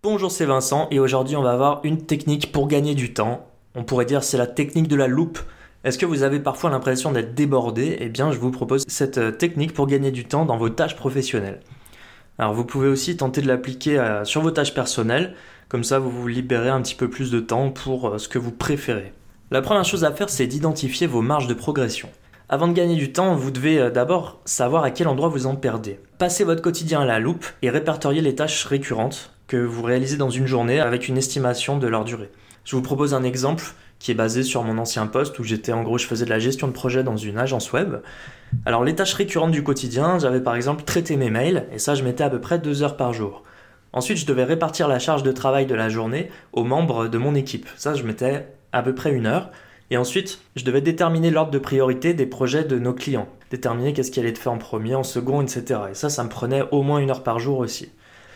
Bonjour, c'est Vincent et aujourd'hui on va voir une technique pour gagner du temps. On pourrait dire c'est la technique de la loupe. Est-ce que vous avez parfois l'impression d'être débordé? Eh bien je vous propose cette technique pour gagner du temps dans vos tâches professionnelles. Alors vous pouvez aussi tenter de l'appliquer sur vos tâches personnelles, comme ça vous vous libérez un petit peu plus de temps pour ce que vous préférez. La première chose à faire c'est d'identifier vos marges de progression. Avant de gagner du temps, vous devez d'abord savoir à quel endroit vous en perdez. Passez votre quotidien à la loupe et répertoriez les tâches récurrentes que vous réalisez dans une journée avec une estimation de leur durée. Je vous propose un exemple qui est basé sur mon ancien poste où je faisais de la gestion de projet dans une agence web. Alors les tâches récurrentes du quotidien, j'avais par exemple traité mes mails et ça je mettais à peu près 2 heures par jour. Ensuite je devais répartir la charge de travail de la journée aux membres de mon équipe. Ça je mettais à peu près 1 heure. Et ensuite, je devais déterminer l'ordre de priorité des projets de nos clients. Déterminer qu'est-ce qui allait être fait en premier, en second, etc. Et ça me prenait au moins 1 heure par jour aussi.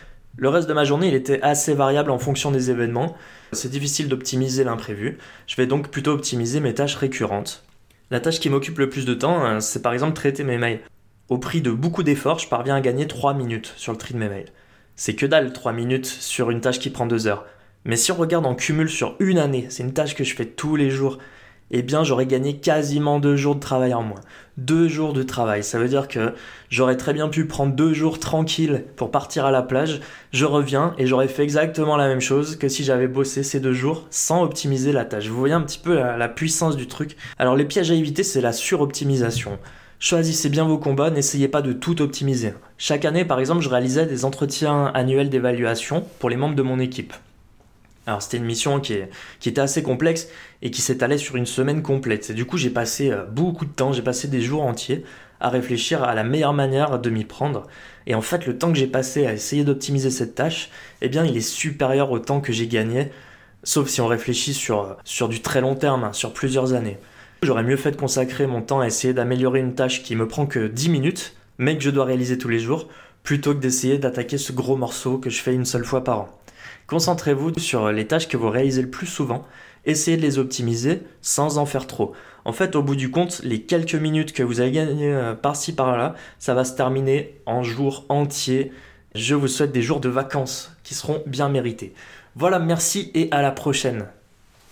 Le reste de ma journée, il était assez variable en fonction des événements. C'est difficile d'optimiser l'imprévu. Je vais donc plutôt optimiser mes tâches récurrentes. La tâche qui m'occupe le plus de temps, c'est par exemple traiter mes mails. Au prix de beaucoup d'efforts, je parviens à gagner 3 minutes sur le tri de mes mails. C'est que dalle 3 minutes sur une tâche qui prend 2 heures. Mais si on regarde en cumul sur une année, c'est une tâche que je fais tous les jours, eh bien j'aurais gagné quasiment 2 jours de travail en moins. 2 jours de travail, ça veut dire que j'aurais très bien pu prendre 2 jours tranquilles pour partir à la plage, je reviens et j'aurais fait exactement la même chose que si j'avais bossé ces 2 jours sans optimiser la tâche. Vous voyez un petit peu la puissance du truc. Alors les pièges à éviter, c'est la suroptimisation. Choisissez bien vos combats, n'essayez pas de tout optimiser. Chaque année, par exemple, je réalisais des entretiens annuels d'évaluation pour les membres de mon équipe. Alors c'était une mission qui était assez complexe et qui s'étalait sur une semaine complète. Et du coup j'ai passé beaucoup de temps, j'ai passé des jours entiers à réfléchir à la meilleure manière de m'y prendre. Et en fait le temps que j'ai passé à essayer d'optimiser cette tâche, eh bien il est supérieur au temps que j'ai gagné, sauf si on réfléchit sur du très long terme, sur plusieurs années. J'aurais mieux fait de consacrer mon temps à essayer d'améliorer une tâche qui me prend que 10 minutes, mais que je dois réaliser tous les jours, plutôt que d'essayer d'attaquer ce gros morceau que je fais une seule fois par an. Concentrez-vous sur les tâches que vous réalisez le plus souvent, essayez de les optimiser sans en faire trop. En fait, au bout du compte, les quelques minutes que vous avez gagnées par-ci par-là, ça va se terminer en jours entiers. Je vous souhaite des jours de vacances qui seront bien mérités. Voilà, merci et à la prochaine.